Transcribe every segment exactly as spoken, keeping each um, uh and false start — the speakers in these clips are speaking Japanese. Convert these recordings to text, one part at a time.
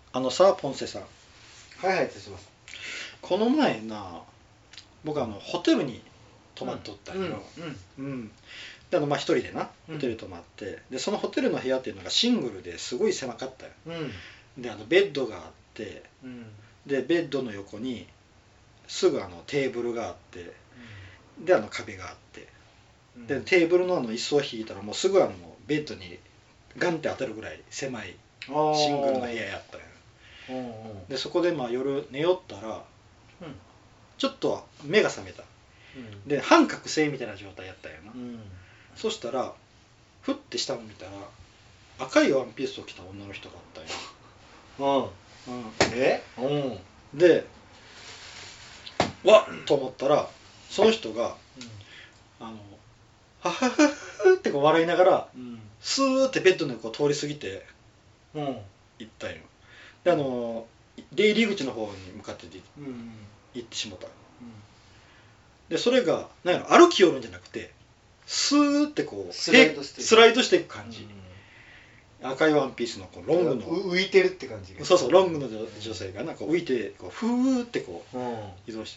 あのさ、ポンセさん。 はいはい、いたします。 この前な、僕あの、ホテルに泊まっとったんよ。 うん。 うん。で、あの、まあ、一人でな、ホテル泊まって、で、そのホテルの部屋っていうのがシングルですごい狭かったよ。 うん。 で、あの、ベッドがあって、 うん。 で、ベッドの横に、すぐあの、テーブルがあって、で、あの、壁があって、 うん。 で、テーブルのあの、椅子を引いたら、もうすぐあの、ベッドにガンって当たるぐらい狭いシングルの部屋やったんよ。 うんうんで、そこでまあ夜寝よったら、 うんちょっと目が覚めた。 うんで、半覚醒みたいな状態やったんよな。 うん。 そしたら、ふって下を見たら、赤いワンピースを着た女の人があったんよ。 うん。 うえうんん、で、わっと思ったら、その人が、あの、ははははってこう笑いながら、 うんスーってベッドの横を通り過ぎてうん行ったんよ。で、あの、出入り口の方に向かってうんうん行ってしまった。で、それが、なんやろ、歩き寄るんじゃなくて、スーってこう、 スライドしていくスライドしていく感じ。 うん赤いワンピースのこうロングの、 う浮いてるって感じがそうそう、ロングの女女性がなんか浮いて、こう、ふーってこう、 うん移動して、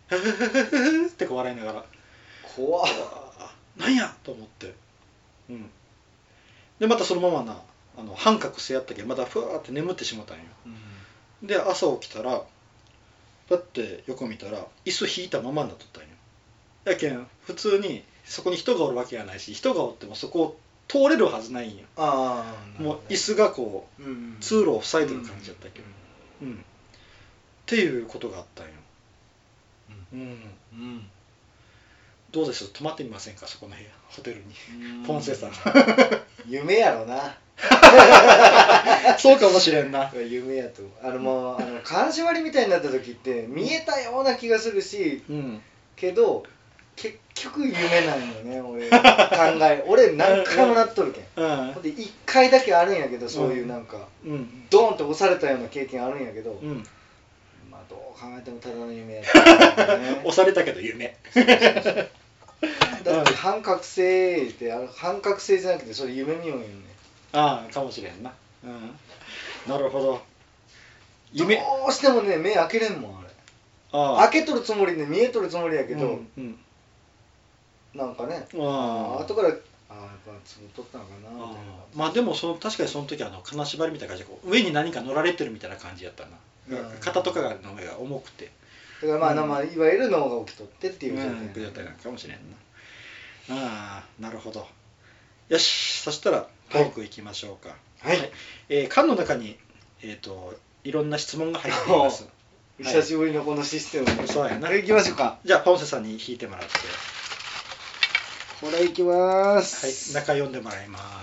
ふふふふふってこう笑いながら、 怖っあなんやと思って。うん。で、またそのままな、あの、半覚醒やったけど、またふわーって眠ってしまったんよ。 うんで、朝起きたら、だって横見たら、椅子引いたままになっとったんよ。やけん、普通に、そこに人がおるわけやないし、人がおってもそこを通れるはずないんよ。 ああもう椅子がこう、 うん通路を塞いでる感じやったけど。うん。っていうことがあったんよ。うん。 うんどうです泊まってみませんかそこの部屋、ホテルに。 うんポンセさん。 夢やろなそうかもしれんな。 夢やと思うあのもうあの金縛りみたいになった時って見えたような気がするしうん。 けど結局夢なんよね俺考え俺何回もなっとるけんうん。 ほんでいっかいだけあるんやけどそういうなんかうん。 ドーンと押されたような経験あるんやけどうん。 まあどう考えてもただの夢やったよね押されたけど夢。 だって半覚醒ってあの半覚醒じゃなくてそれ夢見ようよねああ、かもしれんな。うん。なるほど。夢。 どうしてもね目開けれんもんあれああ。 開けとるつもりで見えとるつもりやけど、 うん。うん。 なんかねああ。 後からああやっぱつぶっとったのかなみたいなまあでもその確かにその時あの金縛りみたいな感じでこう上に何か乗られてるみたいな感じやったな、 うん肩とかの上が重くてだからまあ、 うんまあ、いわゆる脳が起きとってっていう状うん態状態なのかもしれんな。ああなるほど。よしそしたらトークいきましょうか。 はい、 はい、えー、缶の中にえっ、ー、といろんな質問が入っています。 久しぶりのこのシステム、 はい、そうやな。 行きましょうか。 じゃあポンセさんに引いてもらってこれいきまーはいす。 中読んでもらいます。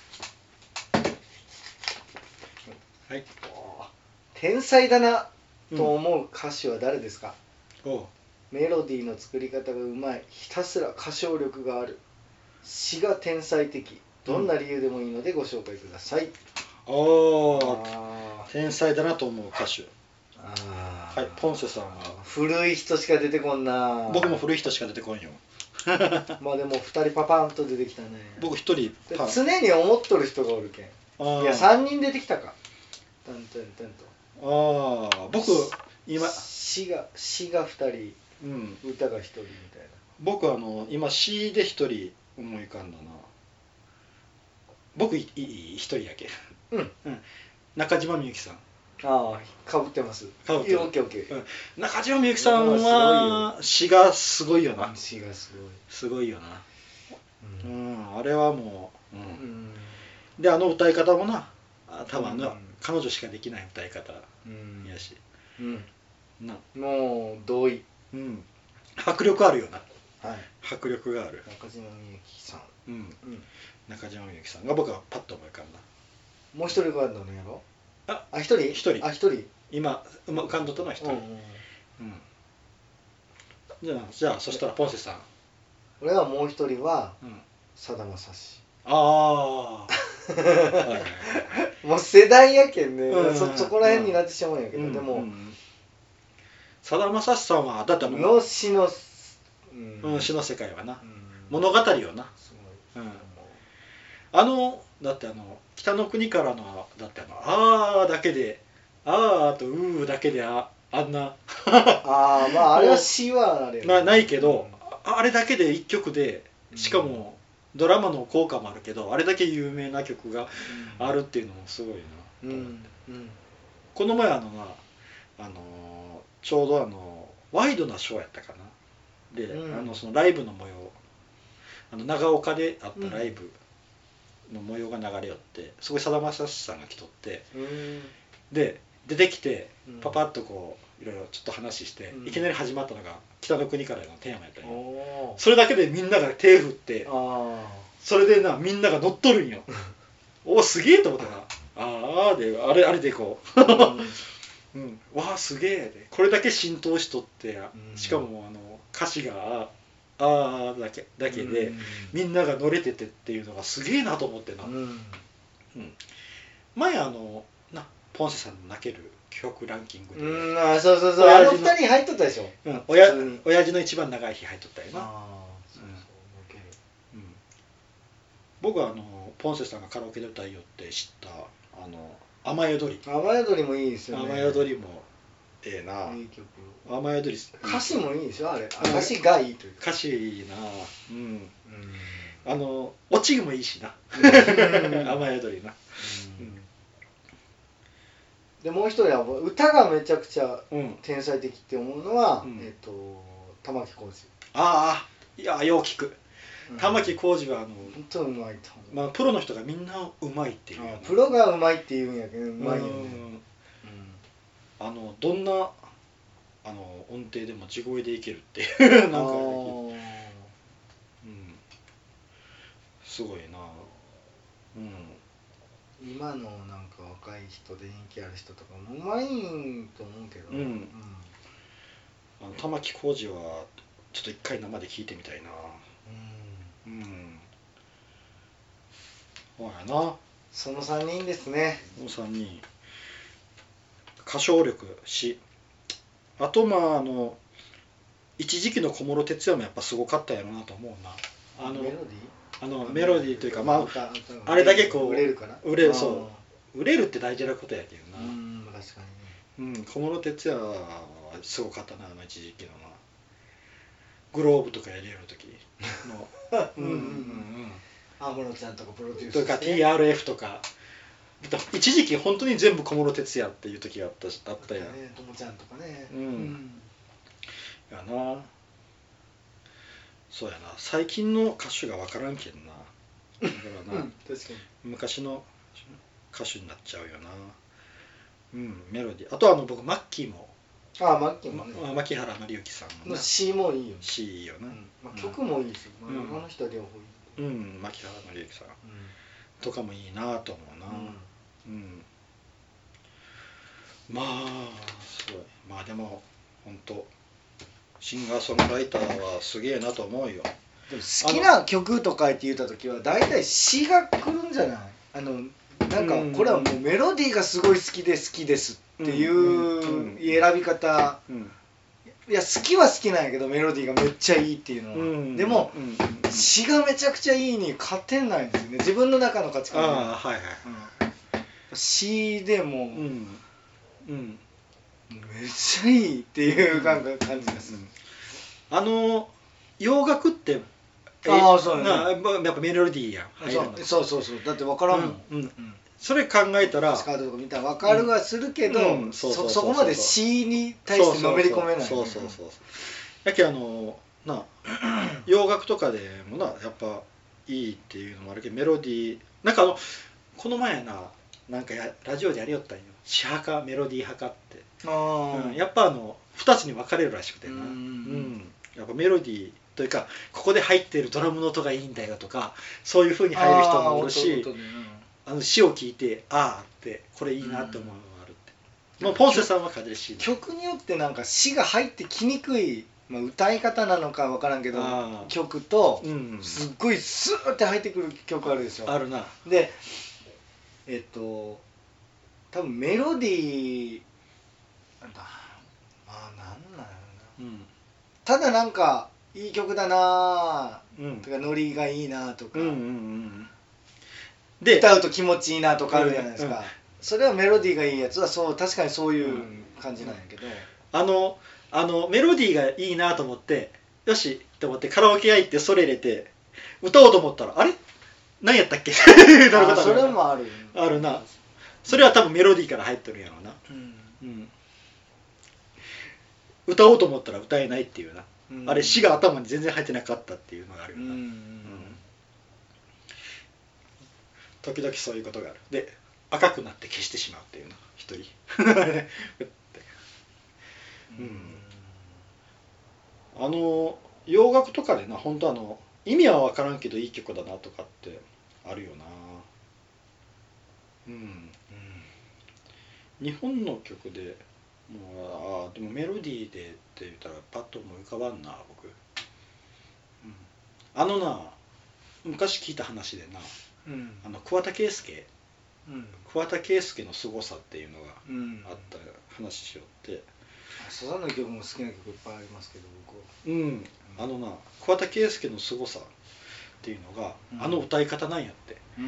はい。 天才だなと思う歌手は誰ですか？ うん、おうメロディーの作り方がうまい、ひたすら歌唱力がある、詩が天才的、どんな理由でもいいのでご紹介ください。 おーあ天才だなと思う歌手。 あはいポンセさんは古い人しか出てこんな。 僕も古い人しか出てこんよ。 まあでもふたりパパンと出てきたね。 僕一人パン常に思っとる人がおるけん。 あいやさんにん出てきたか。タンタンタンと。 ああ僕今詩が詩がふたり、 うん、 歌がひとりみたいな。 僕あの今 C で一人思い浮かんだな。僕いい一人やけ。 うん、 うん、中島みゆきさん。 ああかぶってます。 かぶってる。 オッケーオッケー、 うん、中島みゆきさんは詩がすごいよな。 詩がすごいすごいよな。 う、 うんん、あれはもう、うんうん、 であの歌い方もな多分あの、 うん、 彼女しかできない歌い方うんやし、 うん、 な、 もう同意。 うん、迫力あるよな。 はい、 迫力がある。 中島みゆきさん、 うん、 うん、 中島みゆきさんが僕はパッと思い浮かんだ。 もう一人があるのやろ。 あ、 あ、一人一人あ、一人今浮かんどったのは一人。 うんうん、 うん、じゃあじゃあそしたらポンセさん。 俺はもう一人はうん、 さだまさし。 ああはいはいはい、 もう世代やけんね、 うん、 そそこら辺になってしまうんやけど、 うん、 でもさだまさしさんはだってあのの詩の、 うんうん、詩の世界はな、 うん、 物語よな。 すごい、 うん、あのだってあの北の国からのだってあのあーだけであーとうーだけで あ, あんなああまああれは詩はあれなないけど、ああれだけでいっきょくで、しかもドラマの効果もあるけど、あれだけ有名な曲があるっていうのもすごいなうんと思って、 うんうんこの前あのな、あのーちょうどあのワイドなショーやったかなで、 うんあのそのライブの模様、あの長岡であったライブの模様が流れよって、すごいさだまさしさんが来とって、 うんで出てきてうんパパッとこういろいろちょっと話して、 うんいきなり始まったのが北の国からのテーマやったんよ。 おーそれだけでみんなが手振って、 あそれでなみんなが乗っとるんよおおすげえと思ってな、ああであれあれでいこうあうんわあすげえで、これだけ浸透しとって、 うんしかもあの歌詞がああだけだけで、 うんみんなが乗れててっていうのがすげえなと思ってな、 うんうん前あのなポンセさんの泣ける曲ランキングで、 うんあそうそうそうあの親父の二人入っとったでしょうん、親普通に親父の一番長い日入っとったよな、 ああそうそう受けるうん、僕はあのポンセさんがカラオケで歌いよって知ったあの雨宿り、 雨宿りもいいですよね雨宿りもええな、 いい曲雨宿り歌詞もいいでしょあれん歌詞がいいというか歌詞いいな、うん、 うんあのオチもいいしなうん雨宿りな、 うんでもう一人は歌がめちゃくちゃうんうん、 天才的って思うのは、 うんえっ、と玉置浩ああいやよう聞く二、 玉置浩二はあの、 本当うまいと思う、 まあ、プロの人がみんなうまいっていうよなあプロがうまいって言うんやけどうまいよね、 うんあのどんなあの音程でも地声でいけるっていうなんか、うん、すごいな、うん今のなんか若い人で人気ある人とかもうまいんと思うけど、 うんあの玉置浩二はちょっと一回生で聞いてみたいな、 うんうんそうやな、 そのさんにんですね。 このさんにん歌唱力し、あとまああの一時期の小室哲哉もやっぱすごかったやろなと思うな、あのメロディーあのメロディーというか、まあ歌歌あれだけこう売れるかな売れるそう売れるって大事なことやけどな、 うん確かにねうん、小室哲哉はすごかったな、あの一時期のなグローブとかやりやる時のうんうんうん安室ちゃんとかプロデュースとか ティーアールエフ とか一時期本当に全部小室哲哉っていう時があったあったやん、 ねともちゃんとかねうんやな、そうやな、最近の歌手が分からんけんな、だからな、 うん確かに昔の歌手になっちゃうよな、うんメロディー、あとあの僕マッキーも、 ああマッキーもねま、牧原紀之さんものな C もいいよね C いいよな、 うんまあ曲もいいですよまあうんあの人は両方いいうん牧原紀之さんとかもいいなと思うな、 うんうんまあすごい、まあでも本当シンガーソングライターはすげえなと思うよ。 でも好きな曲とかって言った時は大体詩が来るんじゃないあのなんかこれはもうメロディーがすごい好きで好きですっていう選び方、 うんいや好きは好きなんやけどメロディーがめっちゃいいっていうのは、 うん、 でも、 うん、 詩がめちゃくちゃいいに勝てないんですよね自分の中の価値観で、 ああはいはい、 うん、詩でも、 うんうん、 めっちゃいいっていう感じがする、 あの洋楽ってああそうやねやっぱメロディーやん入るのそうそうそうだって分からんもん、 うんうん、それ考えたらスカートとか見たら分かるはするけど、 うん、 そそこまで詩に対してのめり込めない、 そうそうそうそうやけあのな洋楽とかでもなやっぱいいっていうのもあるけどメロディーなんかあのこの前ななんかやラジオでやりよったんよ詩派かメロディー派かって、 あ、 うん、やっぱあのふたつに分かれるらしくてな、 うん、うん、 やっぱメロディーというかここで入っているドラムの音がいいんだよとかそういう風に入る人もおるしあの詩を聞いてああってこれいいなって思うのがあるって、うん、もうポンセさんは風で詩曲によってなんか詩が入ってきにくい、まあ、歌い方なのか分からんけど曲と、うん、すっごいスーって入ってくる曲あるでしょあるなでえっと多分メロディーなんだあなんなんやろな、うん、ただなんかいい曲だなぁ、うん、とかノリがいいなとか、うんうんうん、で歌うと気持ちいいなとかあるじゃないですか、うんうん、 それはメロディーがいいやつはそう確かにそういう感じなんやけど、うん、 あのあのメロディーがいいなと思ってよしって思ってカラオケ屋行ってそれ入れて歌おうと思ったらあれ何やったっけなることある。 それもあるあるな。それは多分メロディーから入ってるんやろうな、うんうん、歌おうと思ったら歌えないっていうな、うん、あれ詩が頭に全然入ってなかったっていうのがあるよな、うんうん、時々そういうことがある。で赤くなって消してしまうっていうの一人うん、あの洋楽とかでな本当あの意味は分からんけどいい曲だなとかってあるよな。うん、うん、日本の曲でもうあでもメロディーでって言ったらパッと思い浮かばんな僕、うん、あのな昔聞いた話でな、うん、あの桑田佳祐、うん、桑田佳祐の凄さっていうのがあった話しよって、うん、 サザンの曲も好きな曲いっぱいありますけど僕は、 うん、あのな桑田佳祐の凄さっていうのが、うん、あの歌い方なんやって、うん、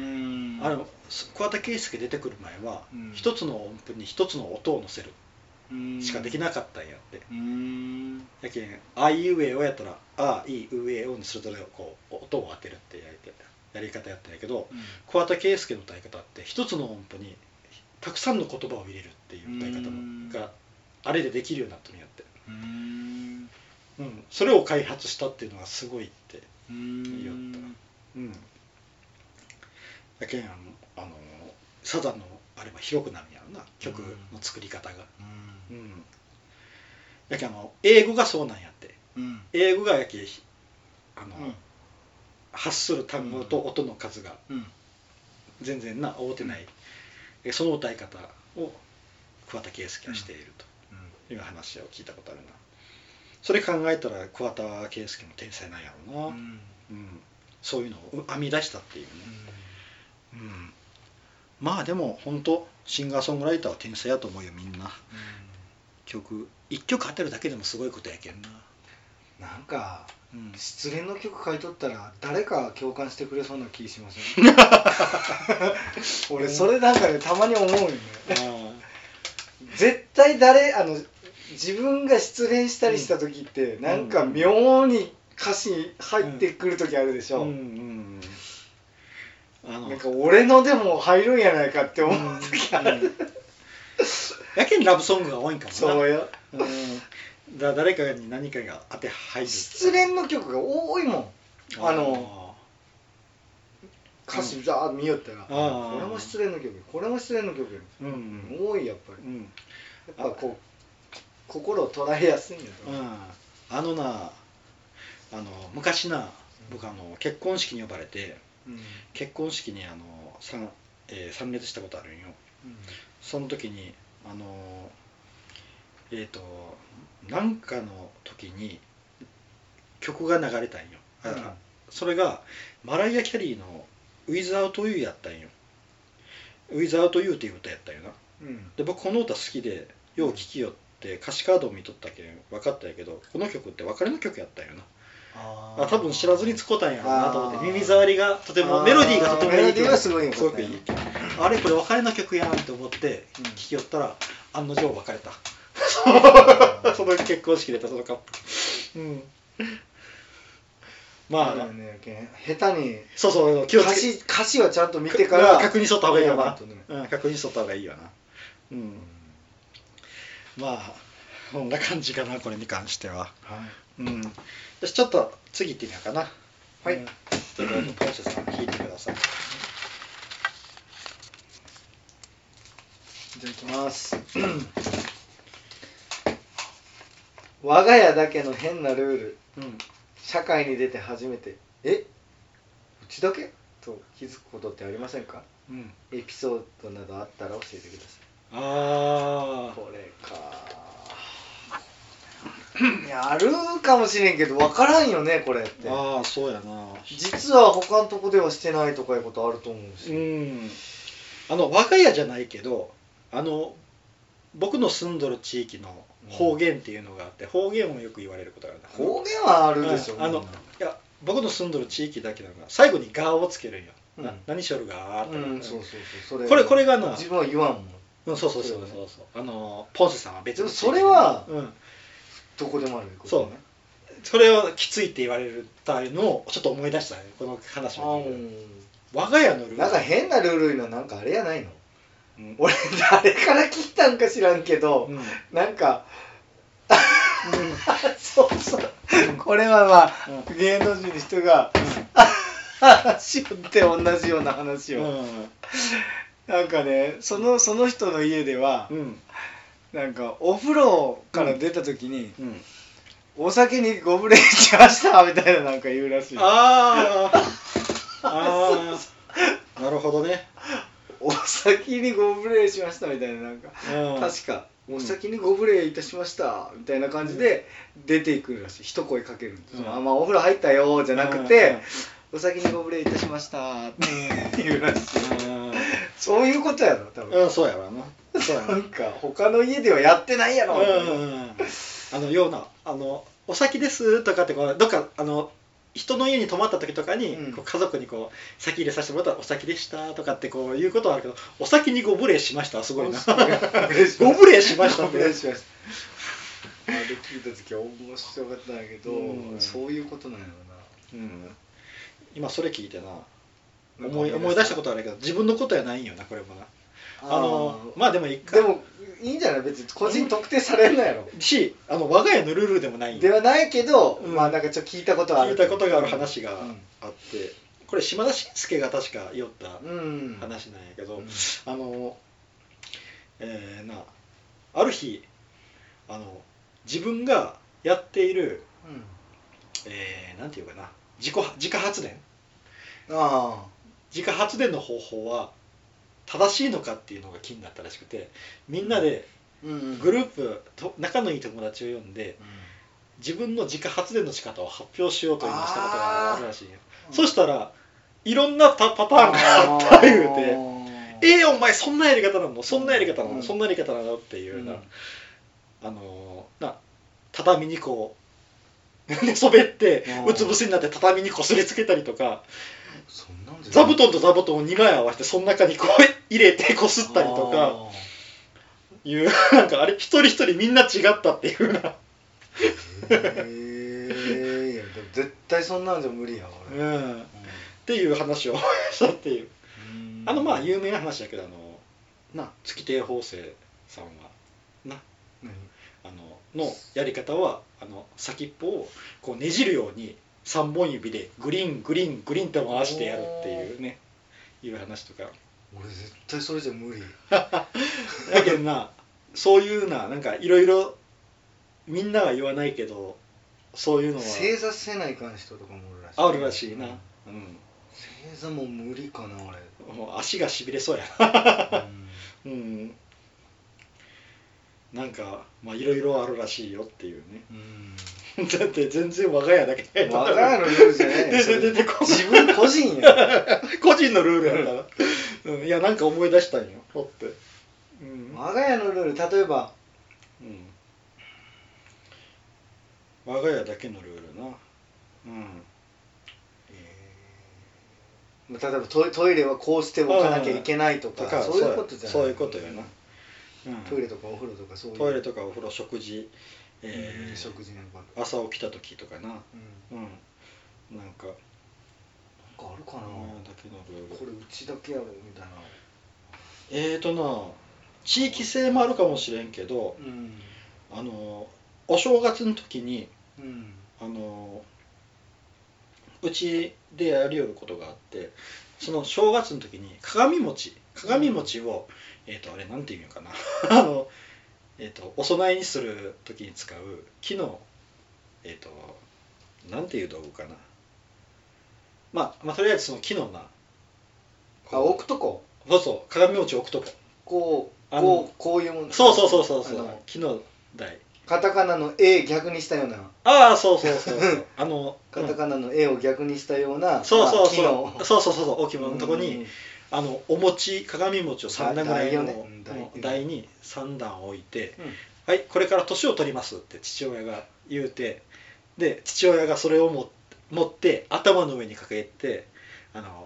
あの桑田佳祐出てくる前は、うん、一つの音符に一つの音を乗せるしかできなかったんやって、うん、やけんあいうえおやったらあいうえおにするとこう音を当てるってやりやり方やったんやけど、うん、桑田佳祐の歌い方って一つの音符にたくさんの言葉を入れるっていう歌い方もがあれでできるようになったんやって、うん、うん、それを開発したっていうのがすごいって言いよった。うん。やけんあのあのサザンのあれば広くなるんやろな曲の作り方が。うん。うん、やけんあの英語がそうなんやって。うん、英語がやけあの、うん、発する単語と音の数が全然な合うてない、うん、その歌い方を桑田佳祐はしているという話を聞いたことあるな。それ考えたら桑田佳祐も天才なんやろうな、うんうん、そういうのを編み出したっていうね、うんうん、まあでも本当シンガーソングライターは天才やと思うよみんな、うん、曲一曲当てるだけでもすごいことやけんな。 なんか、うん、失恋の曲書いとったら誰か共感してくれそうな気しません俺それなんかねたまに思うよね絶対誰あの自分が失恋したりした時って、うん、なんか妙に歌詞入ってくる時あるでしょ、うんうんうん、あのなんか俺のでも入るんやないかって思う時ある、うんうん、 やけんラブソングが多いんかもな。 そうよ、うんだ誰かに何かが当て入る失恋の曲が多いもん。あの歌詞じゃあ見よったら、うん、これも失恋の曲これも失恋の曲、うんうん、多いやっぱり、うん、やっぱこう心を捉えやすいんやと、うん、 あのなあの昔な僕あの結婚式に呼ばれて、うん、結婚式にあの参、えー、参列したことあるんよ、うん、その時にあのえっとなんかの時に曲が流れたんよ、うん、それがマライア・キャリーの「Without You」やったんよ。「Without You」っていう歌やったんよな、うん、で僕この歌好きでよう聴きよって歌詞カードを見とったけん分かったんやけどこの曲って別れの曲やったんよな。ああ多分知らずに使ったんやろうなと思って耳障りがとてもメロディーがとてもいい曲がすごいいいあれこれ別れの曲やんって思って聴きよったら、うん、案の定別れたその結婚式でたそのカップル、うん、 まあね下手にそうそう気をつけ歌詞歌詞はちゃんと見てから確認しとった方がいいよな、うん、確認しとった方がいいよな、うん、まあこんな感じかなこれに関しては、はいうん、よしちょっと次行ってみようかな。はい、うん、じゃあどうぞポンセさん弾いてください。 じゃあいきます我が家だけの変なルール、うん、社会に出て初めてえうちだけと気づくことってありませんか、うん、エピソードなどあったら教えてください。ああこれかいやあるかもしれんけど分からんよねこれって。 ああそうやな実は他のとこではしてないとかいうことあると思うしうんあの我が家じゃないけどあの僕の住んどる地域の方言っていうのがあって、うん、方言をよく言われることがある。 方言はあるでしょ、 うん、あのいや僕の住んどる地域だけだから最後に「が」をつけるんよ。 うん、何しよるがーって、 うん、そうそうそう、それこれこれがな自分は言わんもん、 うん、そうそうそうそうそう、あのポンセさんは別にそれは、 うん、 どこでもあること、ね、そうそれをきついって言われたのをちょっと思い出したね、この話を聞いて。我が家のルールなんか変なルールのなんかあれやないの、うん、俺誰から聞いたんか知らんけど、うん、なんかうん、そうそう、うん、これはまあ、うん、芸能人の人が、うん、話をって同じような話を、うん、なんかねそのその人の家では、うん、なんかお風呂から出た時に、うんうん、お酒にご無礼しましたみたいななんか言うらしい。 ああああなるほどね。 お先にご無礼しましたみたいななんか、うん、確かお先にご無礼いたしましたみたいな感じで出ていくらしい。一声かけるんです、うん、あまあお風呂入ったよじゃなくて、うん、お先にご無礼いたしましたって言うらしい、うん、そういうことやろ多分。 うん、そうやわな。そうやな。 なんか他の家ではやってないやろ、うんうんうん、 あのようなあのお先ですとかってこうどっかあの人の家に泊まった時とかに、うん、こう家族にこう先入れさせてもらったらお先でしたとかってこういうことはあるけど、お先にご無礼しましたはすごいな。ご無礼しましたって。あれ聞いた時は面白かったんだけど、うん、そういうことなんやろな、うん、 今それ聞いてな思い思い出したことはあるけど自分のことやないんよなこれもな。あのまあでも一回でもいいんじゃない、別に個人特定されんのやろし、あの我が家のルールでもないではないけど、うん、まあなんかちょっと聞いたことある聞いたことがある話があって、うん、これ島田紳介が確か言った話なんやけど、うん、あのえー、なある日あの自分がやっている、うん、えー、なんていうかな自己自家発電あ自家発電の方法は正しいのかっていうのが気になったらしくて、みんなでグループと仲のいい友達を呼んで、自分の自家発電の仕方を発表しようというのをしたことがあるらしいよ、うん、そしたらいろんなパターンがあった言うて、えー、お前そんなやり方なのそんなやり方なの、うん、そんなやり方なのっていうな、うん、あのな畳にこう寝そべってうつ伏せになって畳にこすりつけたりとか、そんなん座布団と座布団をにまい合わせてその中にこう入れてこすったりとかいうなんかあれ一人一人みんな違ったっていうな。へえ、いやでも絶対そんなんじゃ無理や俺、うんうん、 っていう話をしたっていう、あのまあ有名な話だけど、あのな月亭方正さんはな、うん、あののやり方はあの先っぽをこうねじるようにさんぼん指でグリングリングリンって回してやるっていうねいう話とか。 俺絶対それじゃ無理だけどなそういうななんかいろいろみんなは言わないけどそういうのは正座せないかん人とかもおるらしい、 あるらしいな、うん、 正座も無理かな俺、 もう足がしびれそうやなうん、うん、なんかまあいろいろあるらしいよっていうね、うん、だって全然我が家だけ我が家のルールじゃない出てこ自分個人や個人のルールやから、うん、いやなんか思い出したんよほって、 うん、我が家のルール例えば、 うん、我が家だけのルールな、うん、 えー、例えばトイ、トイレはこうしておかなきゃいけないとか、うん、そういうことじゃない、 そういうことよな、 うん、トイレとかお風呂とかそういうトイレとかお風呂食事、 えーうん、食事なんか朝起きた時とかな、うん、うん、なんかなんかあるかな、 だけのルールこれうちだけやろみたいな、 えーとな地域性もあるかもしれんけど、うん、あのお正月の時に、うん、あのうちでやりよることがあって、その正月の時に鏡餅鏡餅を、うん、えーとあれなんていうのかなあの、えーとお供えにする時に使う木のえーとなんていう道具かな、まあ、まあとりあえずその木のなあ置くとこそうそう鏡餅置くとここうこうこういうものそうそうそうそうそう木の台カタカナの A 逆にしたようなああそうそうそうそうあのカタカナの A を逆にしたような、 そうそうそう、まあ、そうそうそうそう置物のとこにあのお餅鏡餅をさん段ぐらいの台にさん段置いて、うん、はいこれから年を取りますって父親が言うて、で父親がそれをも持って頭の上にかけてあの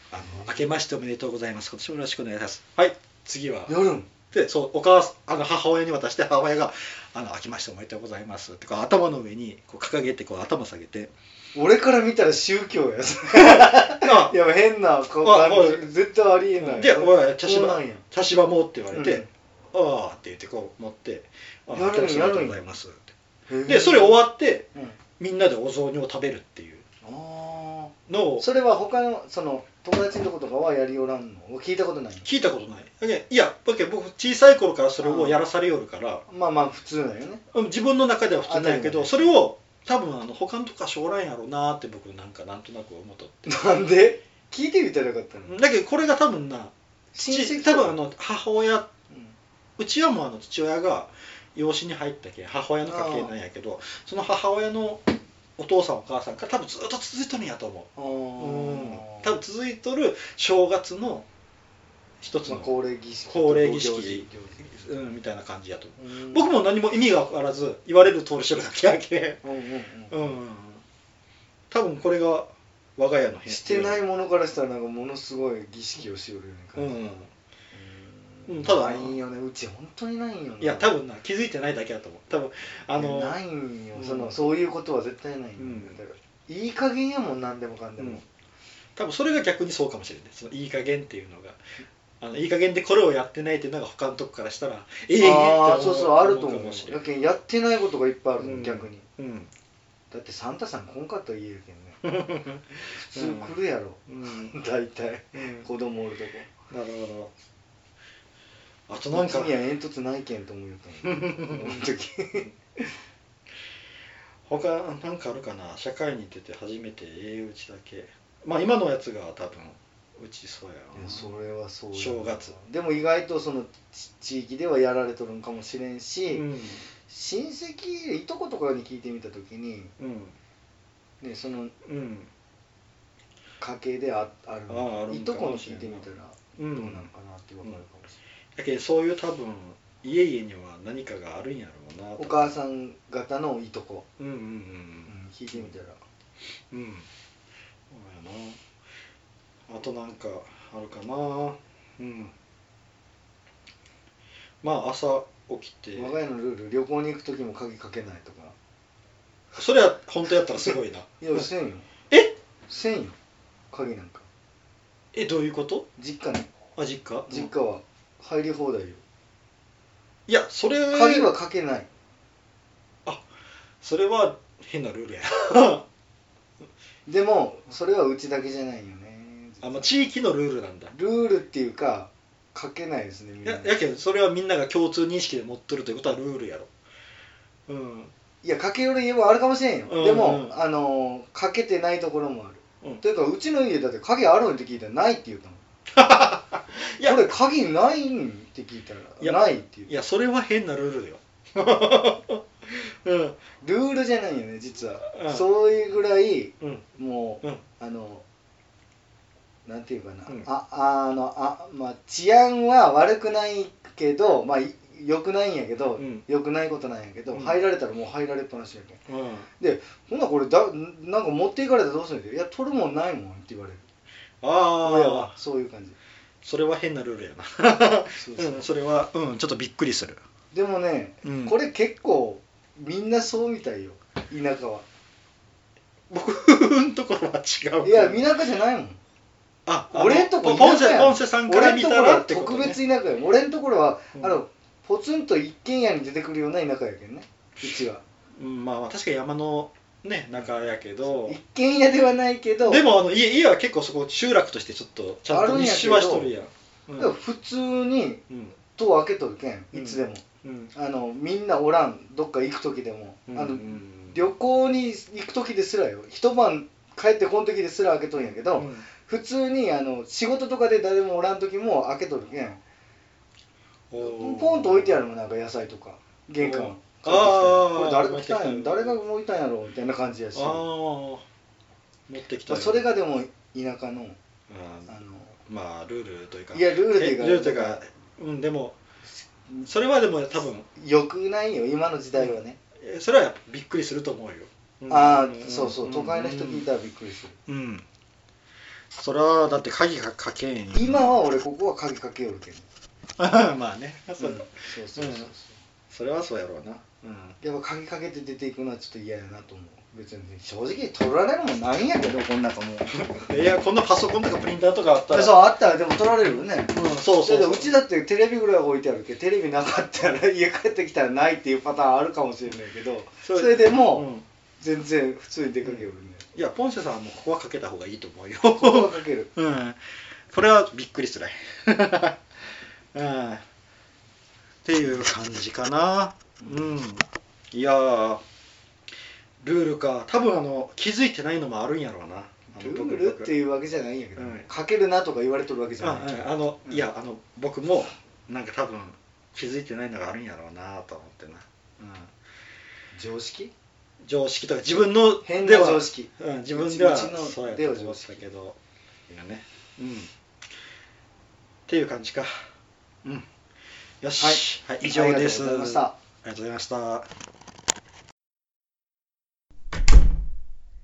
あの明けましておめでとうございます、今年もよろしくお願いします、はい次はやるんで、そうお母さんあの母親に渡して、母親があの明けましておめでとうございますってこう頭の上にこう掲げてこう頭下げて、 俺から見たら宗教やいや変なこうあ感じ絶対ありえない。 で、おい茶芝そうなんや茶芝もって言われて、 うん、 ああって言ってこう持ってあやるんやるんありがとうございますってでそれ終わって、 うん、 みんなでお雑煮を食べるっていうあのをそれは他のその友達のとことかはやりおらんの聞いたことないの？ 聞いたことない。いやだけど僕小さい頃からそれをやらされよるから、 まあまあ普通だよね。 自分の中では普通なんやけど、それを多分あの他のとこはしょうらんやろうなって僕なんかなんとなく思っとって。 なんで聞いてみたらよかったの？ だけどこれが多分な親戚多分あの母親、うん、うちはもうあの父親が養子に入ったけ母親の家系なんやけど、その母親のお父さんお母さんから多分ずっと続いとるんやと思う。うん、多分続いとる正月の一つの恒例儀式、 恒例儀式、うん、みたいな感じやと思う。僕も何も意味が分からず言われる通りしてるだけやけ、うんうんうん、多分これが我が家のしてないものからしたらなんかものすごい儀式をしよるような感じ、うんうん、ただないんよね、うち本当にないんよね。 いや多分な気づいてないだけだと思う。多分あのないんよ、うん、そのそういうことは絶対ないんよ、うん、だからいい加減やもん何でもかんでも、うん、 多分それが逆にそうかもしれない。そのいい加減っていうのがあのいい加減でこれをやってないっていうのが他のとこからしたらええー、ああそうそうあると思う。だけどやってないことがいっぱいあるの、うん、逆に、うん、だってサンタさん来んかったら言えるけんね普通来るやろ、うん、大体、うん、子供おるとこ。 なるほど。あとなんかうちには煙突ないけんと思うよと思う時他なんかあるかな。社会に出て初めてええうちだけ、まあ今のやつが多分うちそうやな。 それはそうや正月でも意外とその地域ではやられとるんかもしれんし、うん、親戚いとことかに聞いてみた時に、うんね、その、うん、家系で あ, あるのいとこに聞いてみたらどうなのかなって分かるかもしれない、うんうんだけどそういう多分家々には何かがあるんやろうな。 お母さん方のいとこ、 うんうんうん、うん、 聞いてみたら、 うん、そうやな。あとなんかあるかな。うん。まあ朝起きて。 我が家のルール、旅行に行く時も鍵かけないとか。 それは本当やったらすごいな。 いやせんよ。 え？ せんよ。鍵なんか。 えどういうこと？ 実家ね。 あ実家？ 実家は。入り放題よ。 いやそれ鍵はかけない。 あそれは変なルールやでもそれはうちだけじゃないよね。 あまあ地域のルールなんだ。 ルールっていうかかけないですねみんな。 ややけどそれはみんなが共通認識で持っとるということはルールやろ。うんいやかけよる家もあるかもしれんよ、うんうん、でもあのかけてないところもある、うん、というかうちの家だって鍵あるんって聞いたらないって言ったもんいやこれ鍵ないんって聞いたらいやないって言う。 いやそれは変なルールよ、 うん、ルールじゃないよね実は、うん、そういうぐらい、うん、もう、うん、あのなんていうかな、うん、ああのあまあ治安は悪くないけどまあ良くないんやけど、うん、良くないことなんやけど、うん、入られたらもう入られっぱなしやけん、うん、でほんなこれだなんか持っていかれたらどうするんだよ。いや取るもんないもんって言われる。 ああ親はそういう感じ。 それは変なルールやなそうそう、うん、それは、うん、ちょっとびっくりする。 でもね、うん、これ結構みんなそうみたいよ田舎は。 僕のところは違う。 いや田舎じゃないもん。 あ俺んとこ田舎やん。ポンセさんから見たらってことね。特別田舎やん。俺んところは、うん、あのポツンと一軒家に出てくるような田舎やけんねうちは。 うん、まあ確かに山のね中やけど一軒家ではないけどでもあの 家, 家は結構そこ集落としてちょっとちゃんと密集はしとるやん。 うん、だから普通に戸開けとるけん、うん、いつでも、うん、あのみんなおらんどっか行く時でも、うん、あの、うん、旅行に行く時ですらよ一晩帰ってこん時ですら開けとるんやけど、うん、普通にあの仕事とかで誰もおらん時も開けとるけんポンと置いてあるもんなんか野菜とか玄関ああこれ誰が来たんや誰が置いたんやろみたいな感じやしあ持ってきた、 まあ、それがでも田舎のあのまあルールというかいやルールというかルールというかうんでもそれはでも多分よくないよ今の時代はね、 うん、それはびっくりすると思うよ、 うん、ああ、うん、そうそう都会の人聞いたらびっくりする、 うん、 それはだって鍵がかけん。 今は俺ここは鍵かけよるけどまあね、そう、 そうそうそうそう、うん、 それはそうやろうな、 うん、やっぱ鍵かけて出ていくのはちょっと嫌やなと思う。別に正直取られるもんないんやけど、こん中もういや、こんなパソコンとかプリンターとかあったら、 そうあったらでも取られるよね、 うん、そうそうそう、 うちだってテレビぐらい置いてあるけど、テレビなかったら家帰ってきたらないっていうパターンあるかもしれないけど、それでも、うん、全然普通に出かけるね、 うん、いやポンセさんはもうここはかけた方がいいと思うよ。 ここはかける、 うん、これはびっくりするうん、っていう感じかな。うん、いやールールか、多分あの気づいてないのもあるんやろうな。 ルールっていうわけじゃないんやけど、うん、かけるなとか言われとるわけじゃない。 あ、あの、うん、いやあの僕もなんか多分気づいてないのがあるんやろうなと思ってな、うん、 常識常識とか自分の変な常識、 うん、自分ではそうやと思ってたけど、いやね、うん、っていう感じか。うん、よし、はい、はい、以上です。 ありがとうございました。 ありがとうございました。